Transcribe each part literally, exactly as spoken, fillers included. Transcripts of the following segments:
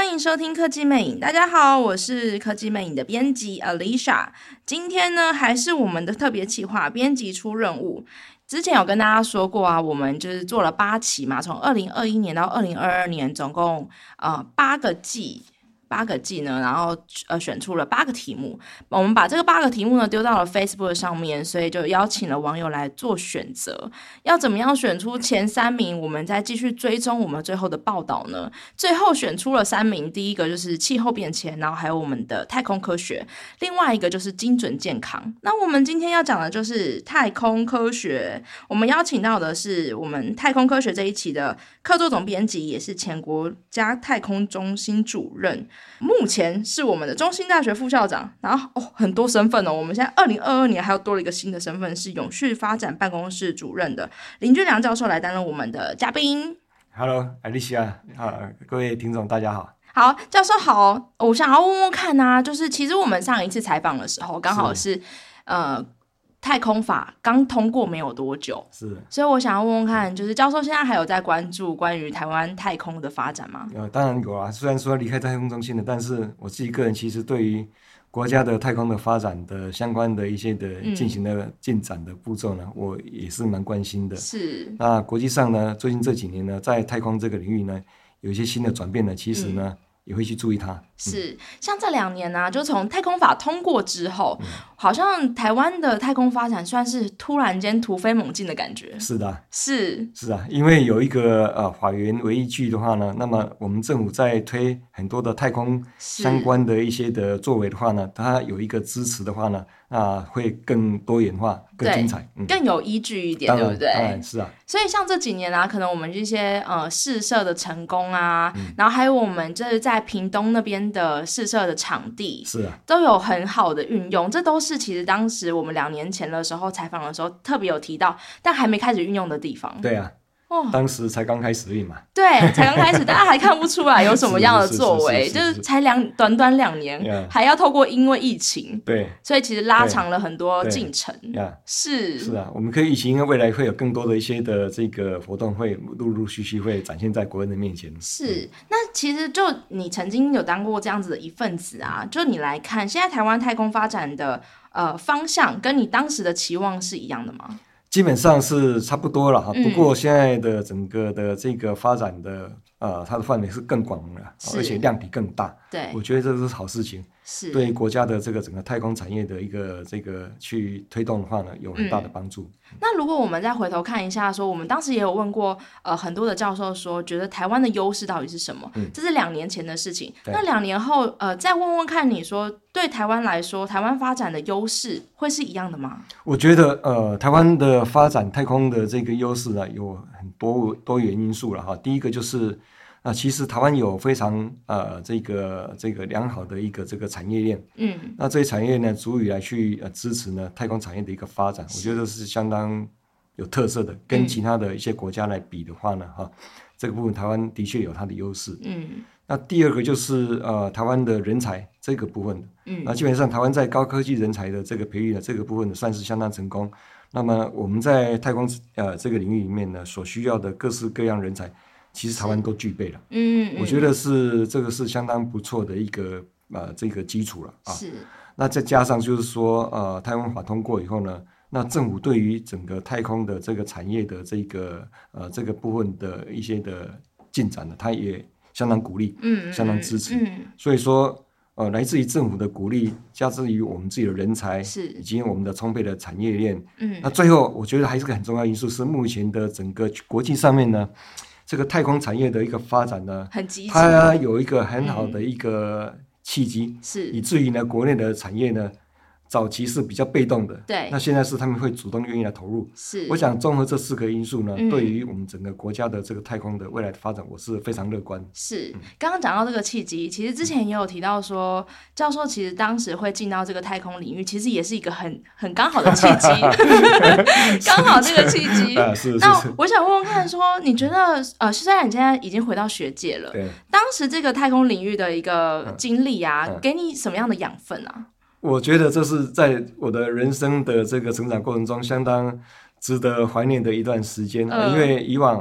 欢迎收听科技魅影。大家好，我是科技魅影的编辑 Alicia。今天呢，还是我们的特别企划，编辑出任务。之前有跟大家说过啊，我们就是做了八期嘛，从二零二一年到二零二二年，总共呃八个季。八个季呢，然后呃选出了八个题目，我们把这个八个题目呢丢到了 Facebook 上面，所以就邀请了网友来做选择。要怎么样选出前三名？我们再继续追踪我们最后的报道呢。最后选出了三名，第一个就是气候变迁，然后还有我们的太空科学，另外一个就是精准健康。那我们今天要讲的就是太空科学，我们邀请到的是我们太空科学这一期的客座总编辑，也是前国家太空中心主任。目前是我们的中兴大学副校长，然后哦很多身份哦，我们现在二零二二年还有多了一个新的身份，是永续发展办公室主任的林俊良教授来担任我们的嘉宾。 Hello， Alicia， 啊，各位听众大家好。 好，教授好，我想要问问看啊，就是其实我们上一次采访的时候，刚好是, 是呃。太空法刚通过没有多久， 是， 所以我想要问问看，就是教授现在还有在关注关于台湾太空的发展吗？ 呃，当然有啊。虽然说离开太空中心了，但是我自己个人其实对于国家的太空的发展的相关的一些的进行的进展的步骤呢，嗯、我也是蛮关心的。 是。 那国际上呢，最近这几年呢，在太空这个领域呢，有一些新的转变呢，其实呢。嗯也会去注意它。 是，像这两年呢、啊，就从太空法通过之后、嗯，好像台湾的太空发展算是突然间突飞猛进的感觉。 是的， 是是啊，因为有一个呃法源为依据的话呢，那么我们政府在推很多的太空相关的一些的作为的话呢，它有一个支持的话呢，那会更多元化、更精彩， 嗯、更有依据一点，对不对？ 当然是啊。 所以像这几年啊，可能我们这些呃试射的成功啊、嗯，然后还有我们就是在屏东那边的试射的场地， 是啊， 都有很好的运用。这都是其实当时我们两年前的时候采访的时候特别有提到，但还没开始运用的地方。 对啊。哦、当时才刚开始运嘛， 对，才刚开始，大家还看不出来有什么样的作为，就是才两短短两年， yeah. 还要透过因为疫情， 对， 所以其实拉长了很多进程。 Yeah. 是是啊，我们可以预期，未来会有更多的一些的这个活动会陆陆续续会展现在国人的面前。 是，嗯、那其实就你曾经有当过这样子的一份子啊，就你来看，现在台湾太空发展的呃方向，跟你当时的期望是一样的吗？ 基本上是差不多了哈，不过现在的整个的这个发展的呃，它的范围是更广了，而且量体更大。 对， 我觉得这是好事情， 是对国家的这个整个太空产业的一个这个去推动的话呢，有很大的帮助。 嗯、那如果我们再回头看一下说，我们当时也有问过呃很多的教授说，觉得台湾的优势到底是什么？嗯、这是两年前的事情。那两年后呃，再问问看你说，对台湾来说，台湾发展的优势会是一样的吗？ 我觉得呃，台湾的发展太空的这个优势呢，有很多多元因素了哈。第一个就是啊、呃，其实台湾有非常呃这个这个良好的一个这个产业链，嗯，那这些产业链呢，足以来去呃支持呢太空产业的一个发展，我觉得是相当有特色的。跟其他的一些国家来比的话呢，哈、嗯，这个部分台湾的确有它的优势，嗯。那第二个就是呃台湾的人才这个部分，嗯，那基本上台湾在高科技人才的这个培育的这个部分呢，算是相当成功。那么我们在太空呃这个领域里面呢，所需要的各式各样人才，其实台湾都具备了，嗯，我觉得是这个是相当不错的一个呃这个基础了啊。是。那再加上就是说呃太空法通过以后呢，那政府对于整个太空的这个产业的这个呃这个部分的一些的进展呢，它也相当鼓励，嗯，相当支持，嗯，所以说，呃，来自于政府的鼓励，加之于我们自己的人才，是以及我们的充沛的产业链，嗯，那最后我觉得还是个很重要因素，是目前的整个国际上面呢，这个太空产业的一个发展呢， 很积极， 它有一个很好的一个契机，是、嗯、以至于呢，国内的产业呢。早期是比较被动的，对，那现在是他们会主动愿意来投入。是，我想综合这四个因素呢，嗯、对于我们整个国家的这个太空的未来的发展，我是非常乐观。 是，刚刚讲到这个契机，其实之前也有提到说，教授其实当时会进到这个太空领域，其实也是一个很很刚好的契机，刚好这个契机。 啊、是是是。 那我想问问看说，说你觉得呃，虽然你现在已经回到学界了，对，当时这个太空领域的一个经历啊，嗯嗯、给你什么样的养分啊？ 我觉得这是在我的人生的这个成长过程中相当值得怀念的一段时间、呃、因为以往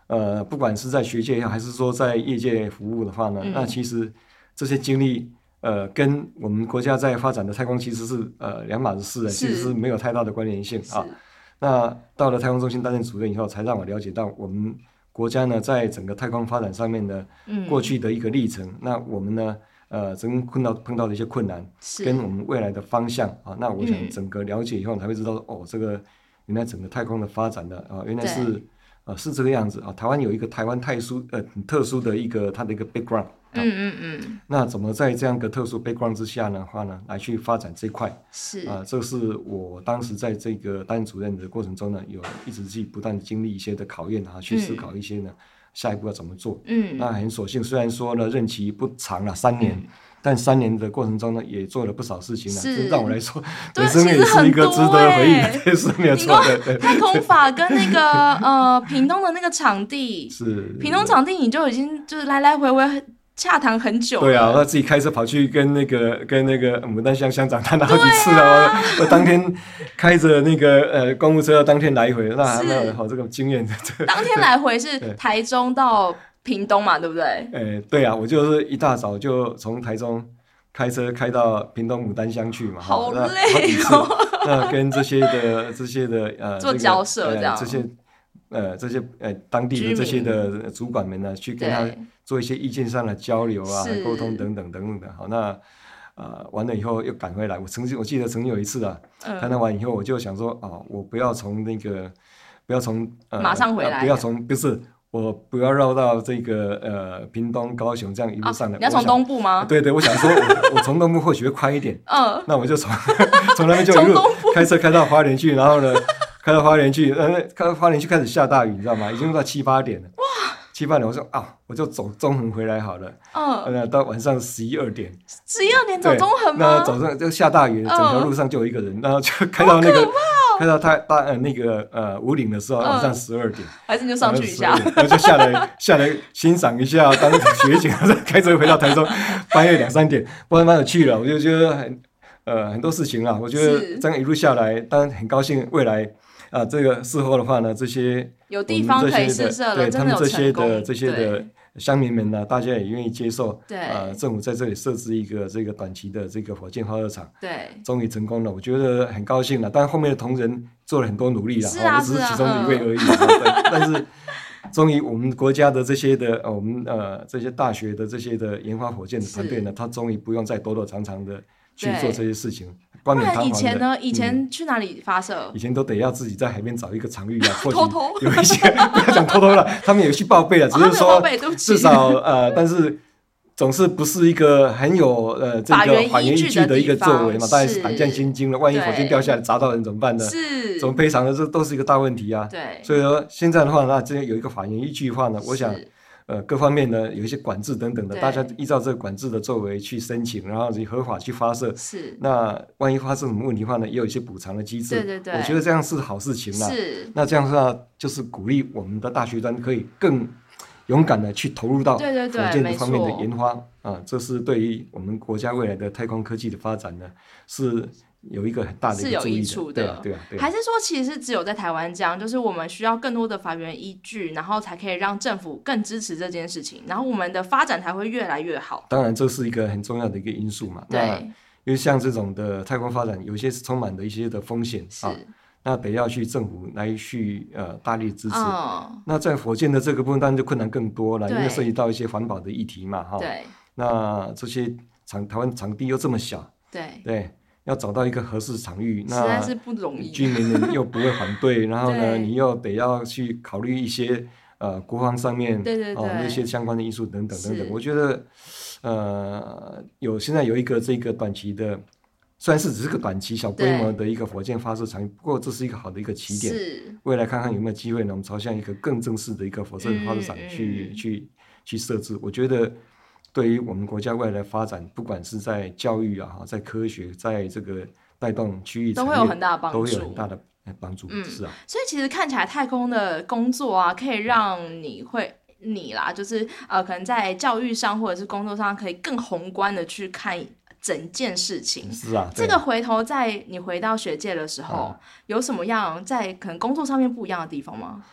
呃，不管是在学界还是说在业界服务的话呢，嗯、那其实这些经历，呃，跟我们国家在发展的太空其实是呃两码子事，其实是没有太大的关联性啊。那到了太空中心担任主任以后，才让我了解到我们国家呢在整个太空发展上面的过去的一个历程。嗯、那我们呢，呃，曾经碰到碰到的一些困难，跟我们未来的方向啊。那我想整个了解以后，才会知道、嗯、哦，这个原来整个太空的发展的啊，原来是。呃，是这个样子啊。台湾有一个台湾太殊呃很特殊的一个它的一个 background，、啊、 嗯嗯嗯。 那怎么在这样一个特殊 background 之下呢话呢，来去发展这块？ 是啊、呃，这是我当时在这个担任主任的过程中呢，有一直去不断经历一些的考验啊，去思考一些呢、嗯、下一步要怎么做。嗯，那很所幸，虽然说呢任期不长了三年。嗯，但三年的过程中呢，也做了不少事情了，这让我来说，本身也是一个值得回忆的件事，没有错的。 太空法跟那个呃屏东的那个场地， 是屏东场地，你就已经就是来来回回洽谈很久了。 对啊，我自己开车跑去跟那个跟那个牡丹乡乡长谈了好几次啊。我, 我当天开着那个呃公务车，当天来回，那还没有好这个经验。 当天来回是台中到屏东嘛，对不对？ 欸、对啊，我就是一大早就从台中开车开到屏东牡丹乡去嘛， 好累哦。 那跟这些的这些的呃做交涉这样， 呃、这些呃这些呃当地的这些的主管们呢，去跟他做一些意见上的交流啊、沟通等等等等的。好，那呃完了以后又赶回来。我曾经我记得曾经有一次啊，嗯、谈谈完以后，我就想说啊，我不要从那个不要从呃马上回来， 呃、不要从不是。我不要绕到这个呃屏东、高雄这样一路上来、啊。 你要从东部吗？ 对对，我想说我，我从东部或许会快一点。嗯，那我就从从那边就一路开车开到花莲去，然后呢，开到花莲去，呃，开到花莲去开始下大雨，你知道吗？已经到七八点了。哇！七八点，我说啊，我就走中横回来好了。嗯。呃，到晚上十一二点。 十一二点走中横吗？ 那早上就下大雨，整条路上就有一个人，然后就开到那个。开到太大呃那个呃五岭的时候，晚上十二点， 还是你就上去一下， 然后就下来下来欣赏一下当雪景，再开车回到台中，半夜两三点，不然蛮有趣了。我就觉得很呃很多事情啦，我觉得这样一路下来，当然很高兴未来啊、呃、这个事后的话呢，这些有地方可以试射了， 对他们这些的这些的。乡民们呢，大家也愿意接受。对，呃，政府在这里设置一个这个短期的这个火箭发射场， 对， 终于成功了，我觉得很高兴了。但后面的同仁做了很多努力了， 是啊， 我只是其中一位而已。嗯、但是，终于我们国家的这些的，呃、我们呃这些大学的这些的研发火箭的团队呢，他终于不用再躲躲藏藏的去做这些事情。 不然以前呢？以前去哪里发射？ 嗯、以前都得要自己在海边找一个场域啊， 偷偷有一些不要讲偷偷了，他们有去报备了，只是说至少呃，但是总是不是一个很有呃这个法源依据的一个作为嘛，当然是胆战心惊了，万一火箭掉下来砸到人怎么办呢？ 是， 怎么赔偿的？这都是一个大问题啊。 对， 所以说现在的话，那这有一个法源依据的话呢，我想。呃，各方面呢有一些管制等等的，大家依照这个管制的作为去申请，然后去合法去发射。 是。那万一发生什么问题的话呢，也有一些补偿的机制。 对对对。 我觉得这样是好事情啦。 是。 那这样的话，就是鼓励我们的大学端可以更勇敢的去投入到火箭方面的研发啊、呃，这是对于我们国家未来的太空科技的发展呢是。有一个很大的一个注意的， 是有益处的， 对啊，对啊，对啊。 还是说，其实是只有在台湾这样，就是我们需要更多的法源依据，然后才可以让政府更支持这件事情，然后我们的发展才会越来越好。 当然，这是一个很重要的一个因素嘛。 对。 那因为像这种的太空发展，有些是充满了一些的风险啊，那得要去政府来去呃大力支持。哦。那在火箭的这个部分，当然就困难更多了，因为涉及到一些环保的议题嘛，哈。 对。 那这些场台湾场地又这么小， 对对。要找到一个合适场域，那实在是不容易。 居民们又不会反对，然后呢，你又得要去考虑一些呃国防上面对对对、哦、 那些相关的因素等等等等。我觉得呃有现在有一个这个短期的，虽然是只是个短期小规模的一个火箭发射场域，不过这是一个好的一个起点。 是。 未来看看有没有机会呢，我们朝向一个更正式的一个火箭发射场去、嗯、去去设置。我觉得。对于我们国家未来的发展，不管是在教育啊，在科学，在这个带动区域产业， 都会有很大的帮助， 都会有很大的帮助。嗯，是啊。 所以其实看起来太空的工作啊，可以让你会你啦，就是呃，可能在教育上或者是工作上，可以更宏观的去看整件事情。 是啊。 这个回头在你回到学界的时候，嗯、有什么样在可能工作上面不一样的地方吗？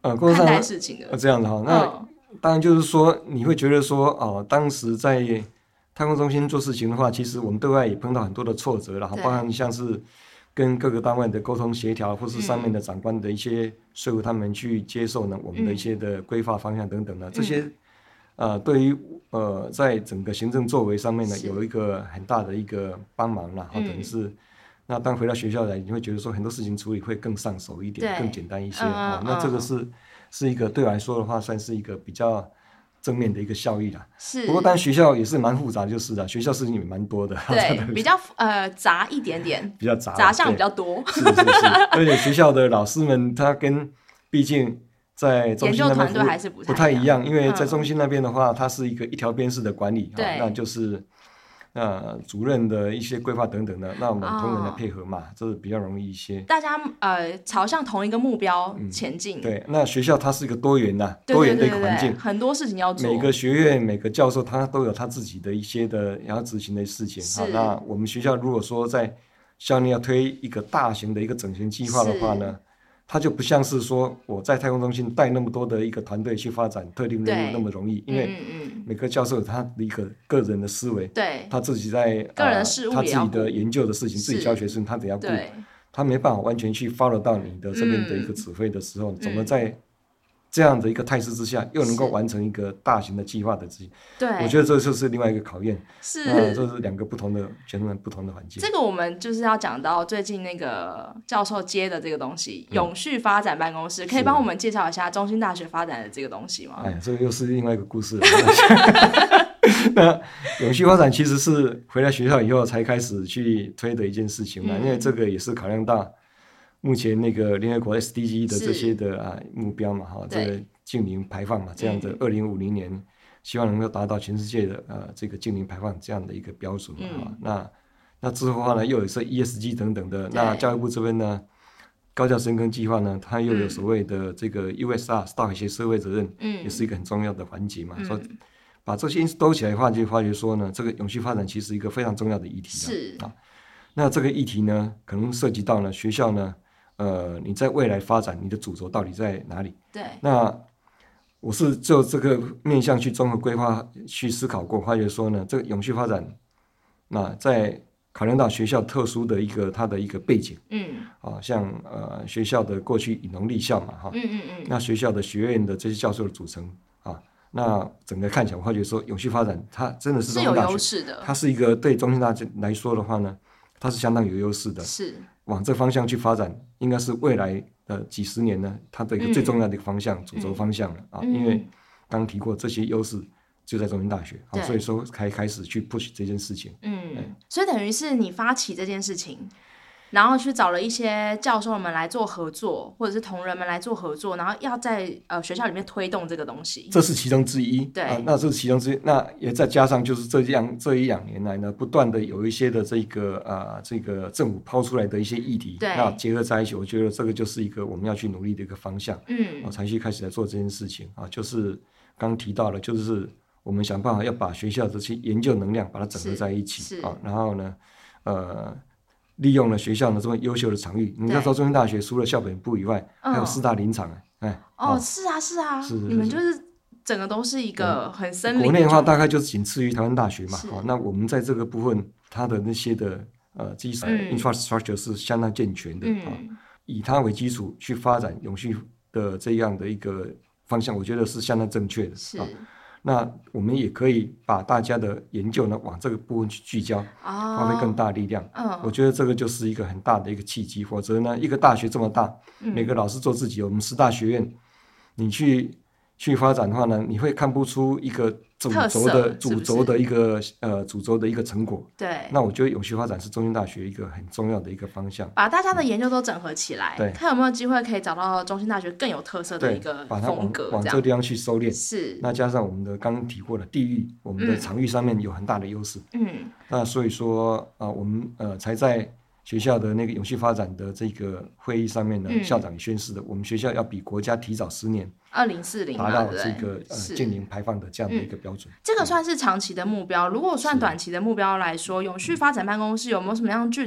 呃，工作上看待事情的。 呃这样的哈，那、 嗯、 当然就是说你会觉得说哦，当时在太空中心做事情的话，其实我们对外也碰到很多的挫折了，包含像是跟各个单位的沟通协调，或是上面的长官的一些说服他们去接受呢、嗯、我们的一些的规划方向等等的、嗯、这些。呃，对于呃，在整个行政作为上面呢，有一个很大的一个帮忙啦，或者是、嗯，那当回到学校来，你会觉得说很多事情处理会更上手一点，更简单一些、嗯哦、那这个是是一个对我来说的话，算是一个比较正面的一个效益啦。 是。 不过，但学校也是蛮复杂，就是的，学校事情也蛮多的。 对，比较呃杂一点点， 比较杂， 杂项比较多。 是是是，而且学校的老师们，他跟毕竟。在中心那边 不, 还是不, 不太一样，因为在中心那边的话，嗯、它是一个一条边式的管理， 对、 哦，那就是呃主任的一些规划等等的，那我们同仁来配合嘛，哦、这是比较容易一些。 大家呃朝向同一个目标前进。 嗯、对，那学校它是一个多元的、多元的一个环境， 很多事情要做。 每个学院、每个教授他都有他自己的一些的要执行的事情。好，那我们学校如果说在校内要推一个大型的一个整形计划的话呢？它就不像是说我在太空中心带那么多的一个团队去发展特定任务那么容易，因为每个教授有他的一个个人的思维， 对， 他自己在个人的事物他自己的研究的事情，自己教学的事情，他得要顾，他没办法完全去 follow 到你的这边的一个指挥的时候，嗯、怎么在这样的一个态势之下，又能够完成一个大型的计划的执行， 对， 我觉得这就是另外一个考验。 是， 呃、这是两个不同的、全然不同的环境。 这个我们就是要讲到最近那个教授接的这个东西，嗯、永续发展办公室，可以帮我们介绍一下中兴大学发展的这个东西吗？ 哎，这个又是另外一个故事了。那永续发展其实是回来学校以后才开始去推的一件事情嘛、嗯，因为这个也是考量到。目前那个联合国 S D G 的这些的啊目标嘛，哈，这个净零排放嘛，这样的二零五零年，希望能够达到全世界的呃这个净零排放这样的一个标准嘛，哈、嗯，那那之后的话呢，又有这 E S G 等等的，那教育部这边呢，高教深耕计划呢，它又有所谓的这个 U S R 大学社会责任，嗯，也是一个很重要的环节嘛，说、嗯、把这些因素兜起来的话，就发觉说呢，这个永续发展其实一个非常重要的议题是啊，那这个议题呢，可能涉及到呢学校呢。呃，你在未来发展，你的主轴到底在哪里？ 对， 那我是就这个面向去综合规划去思考过，发觉说呢，这个永续发展，那在考量到学校特殊的一个它的一个背景，嗯，啊，像呃学校的过去以农立校嘛，哈，嗯嗯嗯，那学校的学院的这些教授的组成啊，那整个看起来，我发觉说永续发展它真的是中兴大学是有优势的， 它是一个对中兴大学来说的话呢，它是相当有优势的， 是。 往这方向去发展，应该是未来的几十年呢，它的一个最重要的一个方向、嗯、主轴方向了、嗯、啊。因为刚提过这些优势就在中兴大学，啊、所以说才开始去 push 这件事情。 嗯，所以等于是你发起这件事情，然后去找了一些教授们来做合作，或者是同仁们来做合作，然后要在呃学校里面推动这个东西。 这是其中之一。 对， 啊、那这是其中之一。那也再加上就是这样这一两年来呢，不断的有一些的这个啊、呃、这个政府抛出来的一些议题，那结合在一起，我觉得这个就是一个我们要去努力的一个方向。嗯，我、啊、才去开始来做这件事情啊，就是刚提到了，就是我们想办法要把学校这些研究能量把它整合在一起啊，然后呢，呃。利用了学校的这么优秀的场域，你要知道中兴大学除了校本部以外，嗯、还有四大林场哎。 哦，哦是啊，是啊，是是是，你们就是整个都是一个很森林的。 国内的话，大概就是仅次于台湾大学嘛。哦，那我们在这个部分，它的那些的呃基础、嗯、infrastructure 是相当健全的啊、嗯哦，以它为基础去发展永续的这样的一个方向，我觉得是相当正确的。是。哦，那我们也可以把大家的研究呢往这个部分去聚焦，哦、发挥更大力量。嗯，我觉得这个就是一个很大的一个契机。否则呢，一个大学这么大，嗯、每个老师做自己，我们师大学院，你去去发展的话呢，你会看不出一个主轴的主轴的一个呃主轴的一个成果。 对。 那我觉得永续发展是中兴大学一个很重要的一个方向， 把大家的研究都整合起来，对、嗯，看有没有机会可以找到中兴大学更有特色的一个风格， 往这个地方去收敛。 是。 那加上我们的刚刚提过的地域，我们的场域上面有很大的优势。嗯。那所以说啊、呃，我们呃才在学校的那个永续发展的这个会议上面呢，嗯、校长也宣示了，我们学校要比国家提早十年。 二零四零达到这个呃净零排放的这样的一个标准、嗯， 这个算是长期的目标。如果算短期的目标来说，永续发展办公室有没有什么样具体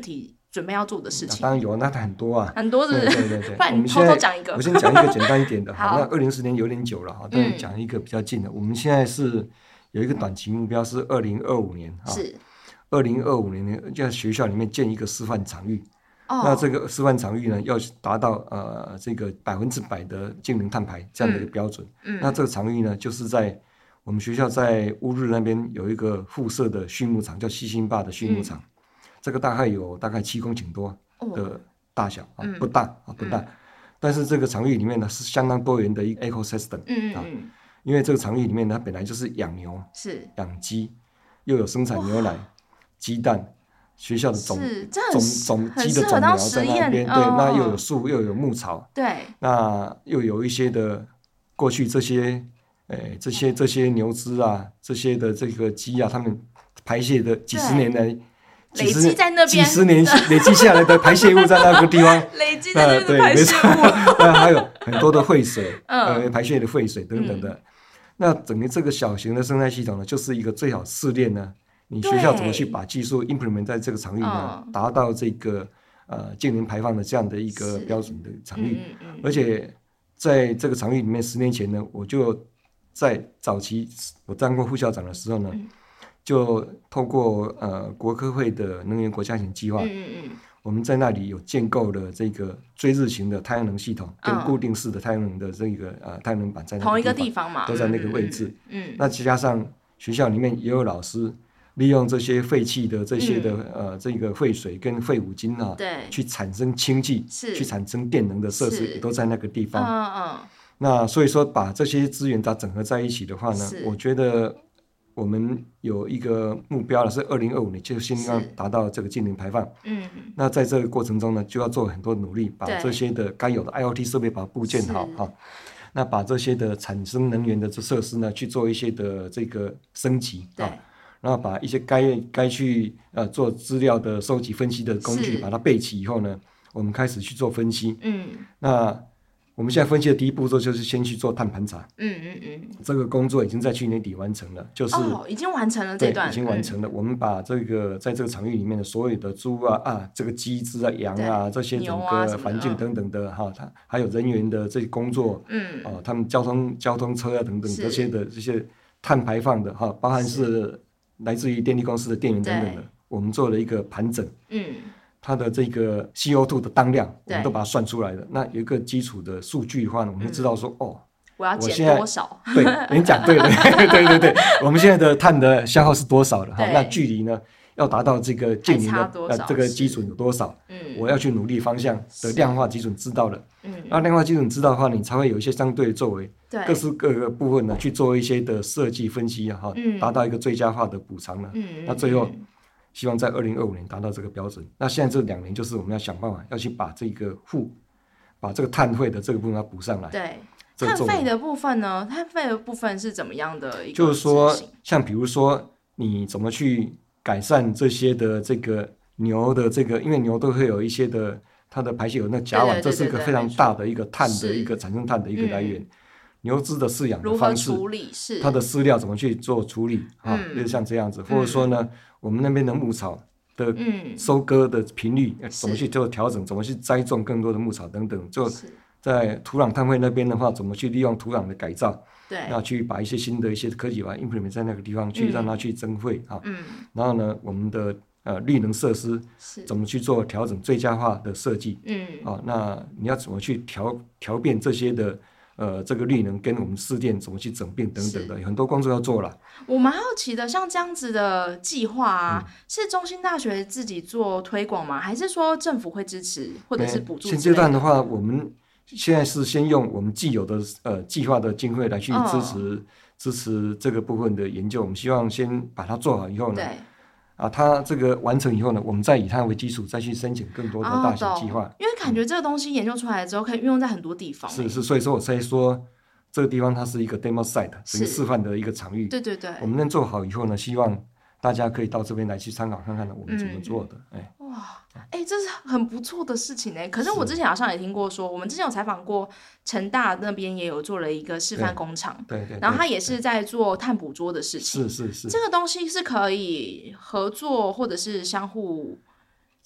准备要做的事情？ 啊、当然有，那很多啊， 很多是不是？ 对对对对。 不然你偷偷讲一个。 我先讲一个简单一点的。 好， 好，那二零十年有点久了哈，但是讲一个比较近的。嗯、我们现在是有一个短期目标是二零二五年啊， 是二零二五年呢，在学校里面建一个示范场域。 哦、 那这个示范场域呢，要达到呃这个百分之百的净零碳排这样的一个标准。嗯，那这个场域呢，就是在我们学校在乌日那边有一个附设的畜牧场，叫西兴坝的畜牧场。嗯，这个大概有大概七公顷多的大小、哦、啊，不大啊，不大、嗯。但是这个场域里面呢，是相当多元的一个 ecosystem。嗯嗯啊，因为这个场域里面呢，它本来就是养牛、是养鸡，又有生产牛奶、鸡蛋。学校的种种种鸡的种苗在那边，对，哦、那又有树，又有牧草，对，那又有一些的过去这些，诶，这些这些牛只啊，这些的这个鸡啊，它们排泄的几十年来， 累积在那边， 几十年累积下来的排泄物在那个地方， 累积在那边的排泄物， 那还有很多的废水，嗯、呃，排泄的废水等等的，嗯、那整个这个小型的生态系统呢，就是一个最好试炼呢。你学校怎么去把技术 implement 在这个场域呢？达到这个呃净零排放的这样的一个标准的场域，嗯嗯、而且在这个场域里面，十年前呢，我就在早期我当过副校长的时候呢，嗯、就透过呃国科会的能源国家型计划，嗯嗯、我们在那里有建构了这个追日型的太阳能系统，嗯、跟固定式的太阳能的这个呃太阳能板在那个同一个地方嘛， 都在那个位置。嗯，嗯那加上学校里面也有老师。利用这些废弃的这些的、嗯、呃这个废水跟废五金啊，对，去产生氢气，去产生电能的设施也都在那个地方。嗯嗯。那所以说把这些资源它整合在一起的话呢，我觉得我们有一个目标了，是二零二五年就先要达到这个净零排放。嗯。那在这个过程中呢，就要做很多努力，把这些的该有的 I O T 设备把它布建好哈。那把这些的产生能源的这设施呢，去做一些的这个升级啊。然后把一些该该去呃做资料的收集分析的工具把它备齐以后呢，我们开始去做分析。嗯，那我们现在分析的第一步骤就是先去做碳盘查。嗯嗯嗯，这个工作已经在去年底完成了，就是哦，已经完成了这段， 对，已经完成了。嗯、我们把这个在这个场域里面的所有的猪啊啊，这个鸡只啊、羊啊这些整个环境等等的哈，它、嗯、还有人员的这些工作，嗯，哦、呃，他们交通交通车啊等等这些的这些碳排放的哈，包含是。来自于电力公司的电源等等的，我们做了一个盘整，嗯，它的这个 C O 二 的当量，我们都把它算出来了。那有一个基础的数据的话呢，我们就知道说，嗯、哦， 我要减多少？ 对，你讲对了，对对对，我们现在的碳的消耗是多少的？哈，那距离呢，要达到这个净零的呃这个基准有多少？嗯，我要去努力方向的量化基准知道了，嗯，那量化基准知道的话，你才会有一些相对的作为。各式各个部分呢，去做一些的设计分析啊，哈、嗯，达到一个最佳化的补偿呢。嗯，那最后希望在二零二五年达到这个标准。那现在这两年就是我们要想办法要去把这个负，把这个碳费的这个部分要补上来。 对，碳费的部分呢，碳费的部分是怎么样的一个？ 就是说，像比如说你怎么去改善这些的这个牛的这个，因为牛都会有一些的它的排泄有那甲烷，这是一个非常大的一个碳的一个产生碳的一个来源。牛只的饲养的方式，是它的饲料怎么去做处理啊？嗯、就是像这样子，或者说呢，嗯、我们那边的牧草的收割的频率、嗯、怎么去做调整，怎么去栽种更多的牧草等等，就在土壤碳汇那边的话，怎么去利用土壤的改造，对，那去把一些新的一些科技把它 implement 在那个地方去，嗯、让它去增汇啊。嗯、然后呢，我们的呃绿能设施怎么去做调整，最佳化的设计，嗯，啊，那你要怎么去调调变这些的。呃，这个绿能跟我们市电怎么去整并等等的，有很多工作要做了。 我蛮好奇的，像这样子的计划啊，嗯、是中兴大学自己做推广吗？还是说政府会支持或者是补助之类的？ 现阶段的话，我们现在是先用我们既有的呃计划的经费来去支持、哦、支持这个部分的研究。我们希望先把它做好以后呢。对。啊，它这个完成以后呢，我们再以它为基础，再去申请更多的大型计划。 哦、因为感觉这个东西研究出来之后，可以运用在很多地方。 是是，所以说我才说这个地方它是一个 demo site， 是示范的一个场域。 对对对。 我们能做好以后呢，希望大家可以到这边来去参考看看我们怎么做的。嗯、哎， 哇，哎，这是很不错的事情哎。可是我之前好像也听过说，我们之前有采访过成大那边也有做了一个示范工厂， 对 对, 对, 对。 然后他也是在做碳捕捉的事情。 是是是。 这个东西是可以合作或者是相互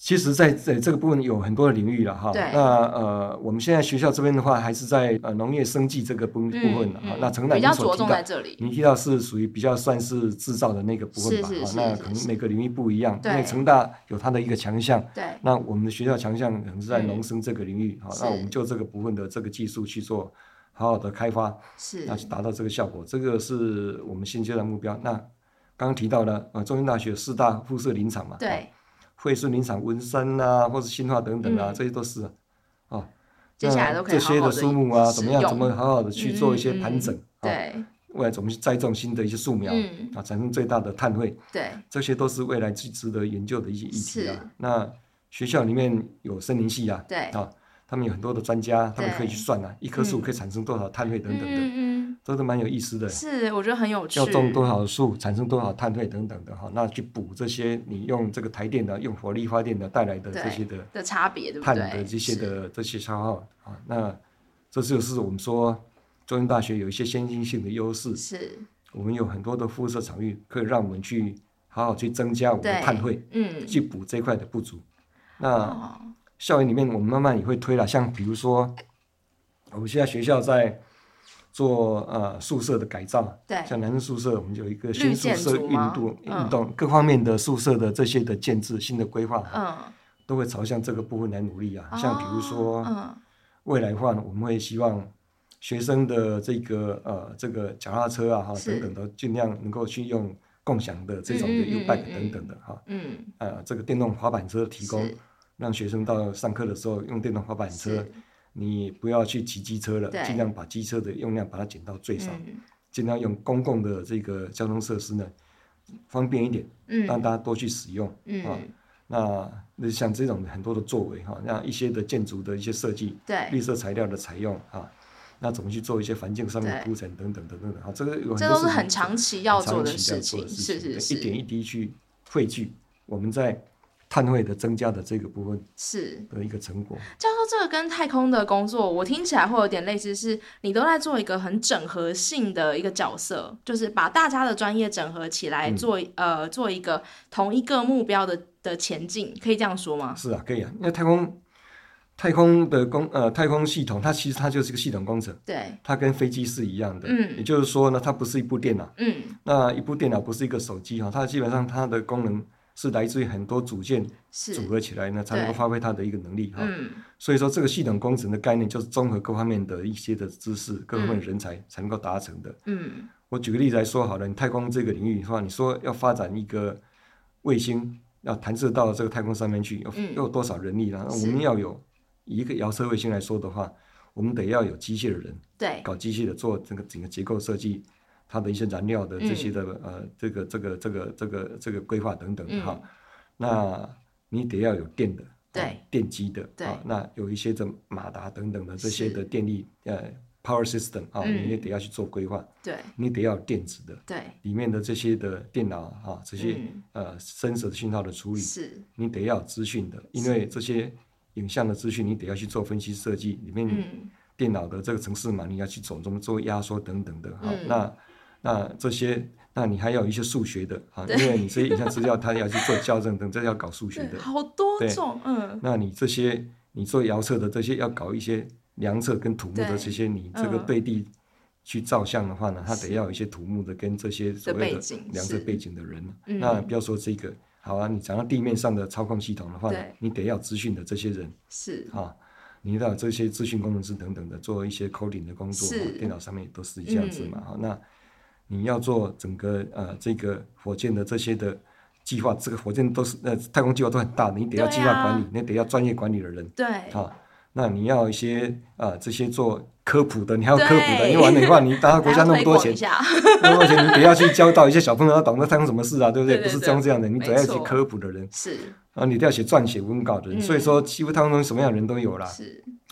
其实在这个部分有很多的领域了哈。那呃，我们现在学校这边的话，还是在呃农业生技这个部部分哈、嗯嗯。那陈大比较着重在这里。 你提到是属于比较算是制造的那个部分吧？哈，那可能每个领域不一样。因为成大有它的一个强项。 对。 那我们的学校强项可能是在农生这个领域。好、嗯，那我们就这个部分的这个技术去做好好的开发， 是， 那去达到这个效果。这个是我们现阶段目标。那刚刚提到了呃，中兴大学四大附设林场嘛。 对。 惠顺林场、文山啊，或是新化等等啊，嗯、这些都是啊，哦， 接下来都可以好好这些的树木啊，怎么样？怎么好好的去做一些盘整？嗯嗯、 对、 哦，未来怎么去栽种新的一些树苗、嗯、啊，产生最大的碳汇？ 对， 这些都是未来最值得研究的一些议题啊。那学校里面有森林系啊， 对啊，他们有很多的专家，他们可以去算啊，一棵树可以产生多少碳汇等等的。嗯嗯都是蛮有意思的， 是我觉得很有趣。 要种多少树，产生多少碳汇等等的哈，那去补这些你用这个台电的、用火力发电的带来的这些的的差别，对不对？ 碳的这些的这些消耗啊，那这就是我们说中兴大学有一些先进性的优势。 是， 我们有很多的辐射场域，可以让我们去好好去增加我们的碳汇，嗯，去补这块的不足。那、哦、校园里面我们慢慢也会推了，像比如说我们现在学校在做呃宿舍的改造， 对， 像男生宿舍我们有一个新宿舍运动运动、嗯、各方面的宿舍的这些的建制新的规划，嗯，都会朝向这个部分来努力啊。哦、像比如说，嗯，未来的话，我们会希望学生的这个呃这个脚踏车啊哈等等的，尽量能够去用共享的这种的 U-bike 等等的哈，嗯，呃这个电动滑板车提供，让学生到上课的时候用电动滑板车。你不要去骑机车了，尽量把机车的用量把它减到最少，嗯、尽量用公共的这个交通设施呢，方便一点，嗯、让大家多去使用、嗯、啊。那那像这种很多的作为哈，那一些的建筑的一些设计，绿色材料的采用啊，那怎么去做一些环境上面铺陈等等等等啊，这个有很多这都是很长期要做的事情， 是是是， 一点一滴去汇聚我们在碳汇的增加的这个部分是的一个成果。 教授，这个跟太空的工作，我听起来会有点类似，是你都在做一个很整合性的一个角色，就是把大家的专业整合起来做，做、嗯、呃做一个同一个目标的的前进，可以这样说吗？ 是啊，可以啊，因为太空太空的工呃太空系统，它其实它就是一个系统工程， 对， 它跟飞机是一样的， 嗯， 也就是说呢，它不是一部电脑， 嗯， 那一部电脑不是一个手机哈，它基本上它的功能是来自于很多组件组合起来呢，才能够发挥它的一个能力哈。嗯，所以说这个系统工程的概念就是综合各方面的一些的知识、各方面的人才才能够达成的。嗯，我举个例子来说好了，你太空这个领域的话，你说要发展一个卫星，要弹射到这个太空上面去，要要有多少人力呢？我们要有以一个遥测卫星来说的话，我们得要有机械的人， 对， 搞机械的做这个整个结构设计。它的一些燃料的这些的、嗯、呃，这个这个这个这个这个规划等等哈、嗯，那你得要有电的， 对， 啊、电机的， 对、 啊，那有一些的马达等等的这些的电力呃 power system 啊、嗯，你也得要去做规划， 对， 你得要有电子的， 对， 里面的这些的电脑啊，这些、嗯、呃 sensor 的讯号的处理， 是， 你得要有资讯的，因为这些影像的资讯你得要去做分析设计，里面电脑的这个程式码你要去走怎么做压缩等等的，好、嗯，那。那这些，那你还要有一些数学的啊，因为你这些影像资料，它要去做校正等，这要搞数学的， 好多种，嗯。 那你这些，你做遥测的这些，要搞一些量测跟土木的这些，你这个对地去照相的话呢，它得要有一些土木的跟这些所谓的量测背景的人。那不要说这个，好啊，你讲到地面上的操控系统的话呢，你得要资讯的这些人是啊。你要这些资讯工程师等等的做一些 coding 的工作，电脑上面也都是这样子嘛。好、嗯，那你要做整个呃这个火箭的这些的计划，这个火箭都是呃太空计划都很大的，你得要计划管理，啊、你得要专业管理的人。 对， 啊，那你要一些呃这些做科普的，你还要科普的，因为完了的话，你大家国家那么多钱，那么多钱，你得要去教导一些小朋友要懂得太空什么事啊，对不对？对对对，不是教这样的，你得要去科普的人。 是。 啊，你都要写撰写文稿的人、嗯，所以说几乎太空中什么样的人都有啦。 是，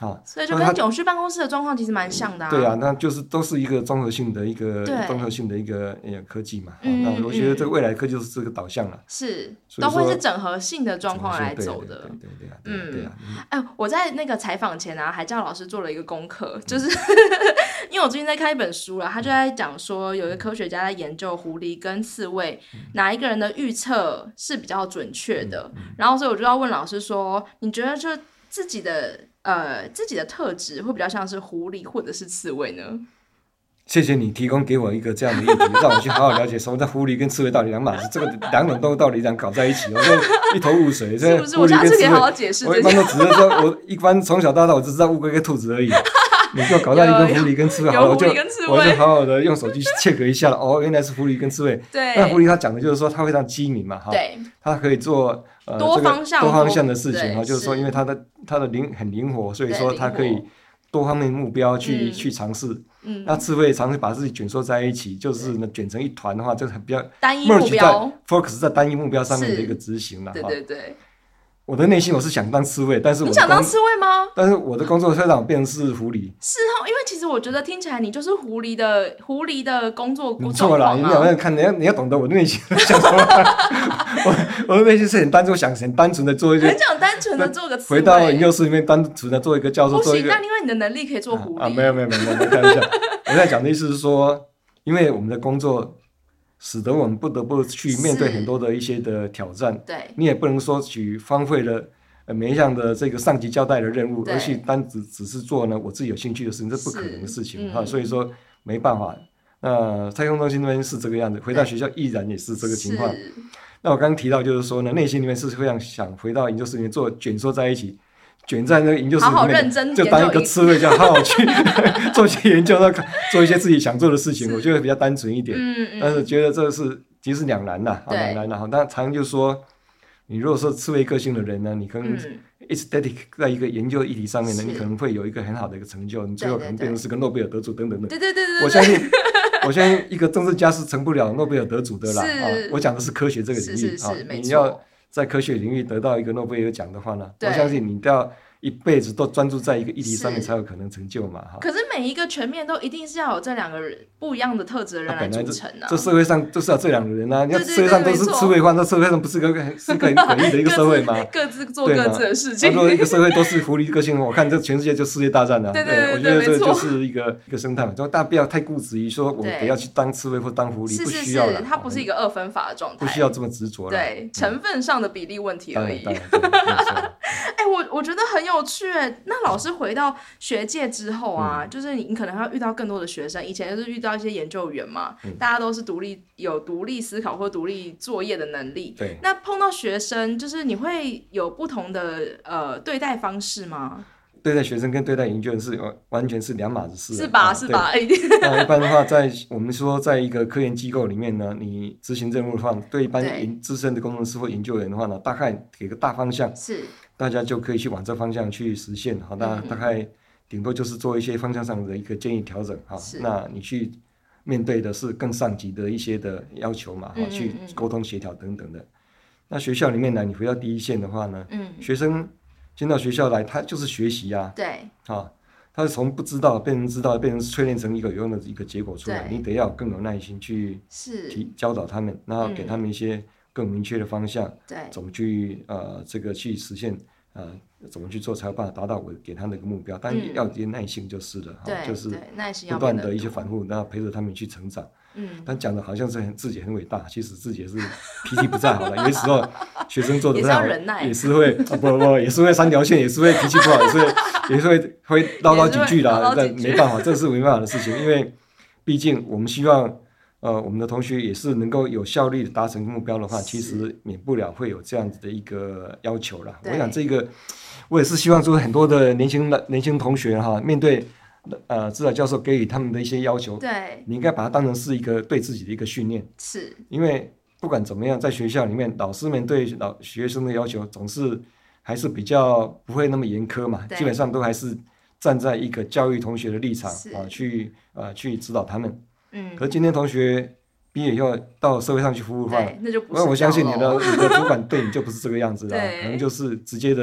啊， 所以就跟永续办公室的状况其实蛮像的啊。 对啊，那就是都是一个综合性的一个综合性的一个呃科技嘛。嗯、那我觉得这个未来科技就是这个导向了， 是都会是整合性的状况来走的。 对对对啊，嗯，对啊。 哎，我在那个采访前啊，还叫老师做了一个功课，就是、嗯、因为我最近在看一本书了，他就在讲说有一个科学家在研究狐狸跟刺猬、嗯、哪一个人的预测是比较准确的、嗯嗯，然后所以我就要问老师说，你觉得就自己的呃自己的特质会比较像是狐狸或者是刺猬呢？ 谢谢你提供给我一个这样的议题，让我去好好了解什么叫狐狸跟刺猬到底两码事，这个两种动物到底怎样搞在一起，我就一头雾水。 是不是？我下次可以好好解释。 我一般都只是说，我一般从小到大我只知道乌龟跟兔子而已。你给我搞到一个狐狸跟刺猬，好了，我就我就好好的用手机 check 一下了。哦，原来是狐狸跟刺猬。 对。 那狐狸它讲的就是说，它非常机敏嘛，哈。 对。 它可以做呃多方向、 这个、多方向的事情哈，就是说，因为它的它的灵很灵活，所以说它可以多方面目标去、嗯、去尝试。嗯。那刺猬常常把自己卷缩在一起，就是呢卷成一团的话，就是比较单一目标 ，focus 在单一目标上面的一个执行了。 对对对。 我的内心我是想当刺猬，但是我你想当刺猬吗？ 但是我的工作会让我变成是狐狸。 是哦，因为其实我觉得听起来你就是狐狸的狐狸的工作你错了，你要看你要你要懂得我的内心想什么。我我的内心是很单纯，想很单纯的做一个， 很想单纯的做个刺猬。 回到研究室里面单纯的做一个教授， 不行， 做一个。 那因为你的能力可以做狐狸啊，没有没有没有没有，开玩笑。我在讲的意思是说，因为我们的工作。使得我们不得不去面对很多的一些的挑战， 对， 你也不能说去荒废了呃每一项的这个上级交代的任务，而去单只只是做呢我自己有兴趣的事情，这不可能的事情哈、嗯，所以说没办法。那太空中心那边是这个样子，回到学校依然也是这个情况。那我刚刚提到就是说呢，内心里面是非常想回到研究室里面做卷缩在一起。卷在那个研究室里面， 好好认真就当一个刺猬，就好好去做一些研究，做一些自己想做的事情。我觉得比较单纯一点，嗯嗯但是觉得这是其实两难呐，两难呐。但常就说，你如果说刺猬个性的人呢，你可能 aesthetic 在一个研究议题上面呢，你可能会有一个很好的一个成就，你最后可能变成是个诺贝尔得主等等的。 对对对对， 我相信，我相信一个政治家是成不了诺贝尔得主的啦。啊，我讲的是科学这个领域啊，你要。在科学领域得到一个诺贝尔奖的话呢，我相信你都要一辈子都专注在一个议题上面才有可能成就嘛。 可是每一个全面都一定是要有这两个人不一样的特质的人来组成啊。 这社会上就是要这两个人啊，你看社会上都是刺猬的话，那社会上不是个是个很诡异的一个社会吗？ 各自做各自的事情。 如果一个社会都是狐狸个性，我看这全世界就世界大战了。 对对对， 我觉得这就是一个一个生态嘛，就大家不要太固执于说我们不要去当刺猬或当狐狸，不需要了。 它不是一个二分法的状态， 不需要这么执着了。 对，成分上的比例问题而已。 哎， 我我觉得很有趣。那老师回到学界之后啊，嗯、就是你可能要遇到更多的学生。以前就是遇到一些研究员嘛，嗯、大家都是独立有独立思考或独立作业的能力。 对。 那碰到学生，就是你会有不同的呃对待方式吗？ 对待学生跟对待研究员是完全是两码子事， 是吧？啊、是吧？ 那一般的话，在我们说，在一个科研机构里面呢，你执行任务的话，对一般资深的工程师或研究员的话呢，大概给个大方向， 是大家就可以去往这方向去实现。好，那大概顶多就是做一些方向上的一个建议调整。好，那你去面对的是更上级的一些的要求嘛，好，去沟通协调等等的。那学校里面呢，你回到第一线的话呢，嗯，学生进到学校来，他就是学习啊， 对， 啊，他是从不知道变成知道，变成淬炼成一个有用的一个结果出来。你得要更有耐心去提教导他们，然后给他们一些更明确的方向， 对， 怎么去呃这个去实现呃怎么去做才有办法达到我给他的一个目标。但要有点耐心就是了， 对， 就是耐心不断的一些反复，然后陪着他们去成长。 嗯， 但讲的好像是很自己很伟大，其实自己也是脾气不太好的。有些时候学生做的不太好，也是会啊不不也是会三条线，也是会脾气不好，也是会也是会会唠叨几句啦。但没办法，这是没办法的事情，因为毕竟我们希望呃我们的同学也是能够有效率的达成目标的话，其实免不了会有这样子的一个要求啦。我想这个我也是希望说很多的年轻的年轻同学哈，面对。呃，指导教授给予他们的一些要求， 对， 你应该把它当成是一个对自己的一个训练， 是， 因为不管怎么样，在学校里面，老师们对老学生的要求总是还是比较不会那么严苛嘛，基本上都还是站在一个教育同学的立场啊，去呃去指导他们。嗯，可是今天同学毕业以后到社会上去服务的话， 那就不是。 我相信你的你的主管对你就不是这个样子了，可能就是直接的。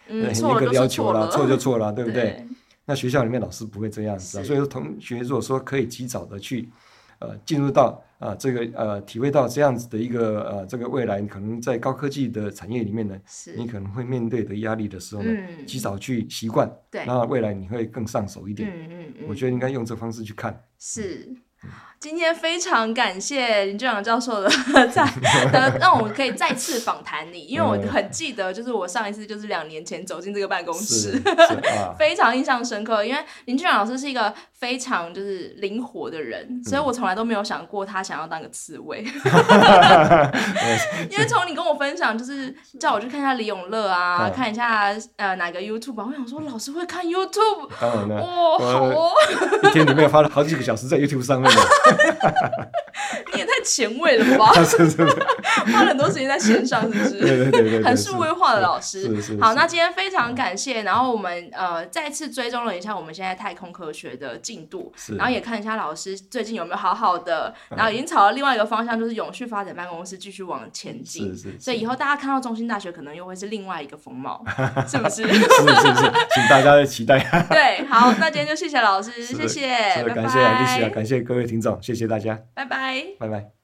嗯， 很错了就严格的要求啦， 是错了， 错就错了，对不对？ 对那学校里面老师不会这样子啊， 是所以说同学如果说可以及早的去呃进入到啊、呃、这个呃体会到这样子的一个呃这个未来，可能在高科技的产业里面呢， 是你可能会面对的压力的时候呢， 嗯及早去习惯， 对那未来你会更上手一点。 嗯嗯嗯， 我觉得应该用这方式去看。 是。今天非常感谢林俊朗教授的在的，让我们可以再次访谈你，因为我很记得，就是我上一次就是两年前走进这个办公室， 是是啊、 非常印象深刻。因为林俊朗老师是一个非常就是灵活的人，所以我从来都没有想过他想要当个刺猬。因为从你跟我分享，就是叫我去看一下李永乐啊， 嗯、 看一下呃哪个 YouTube， 我想说老师会看 YouTube， 当然了， 哦，好哦， 一天里面花了好几个小时在 YouTube 上面。 你也太前卫了吧！ 是是是， 花了很多时间在线上，是不是？ 对对对 对, 对， 很数位化的老师。 是是是。 好，那今天非常感谢，然后我们呃再次追踪了一下我们现在太空科学的进度，然后也看一下老师最近有没有好好的，然后已经朝了另外一个方向，就是永续发展办公室继续往前进。 是是是。 所以以后大家看到中兴大学，可能又会是另外一个风貌，是不是？ 是是是，请大家的期待。 对，好，那今天就谢谢老师，谢谢， 感谢 Alicia，感谢各位听众，谢谢大家， 拜拜， 拜拜。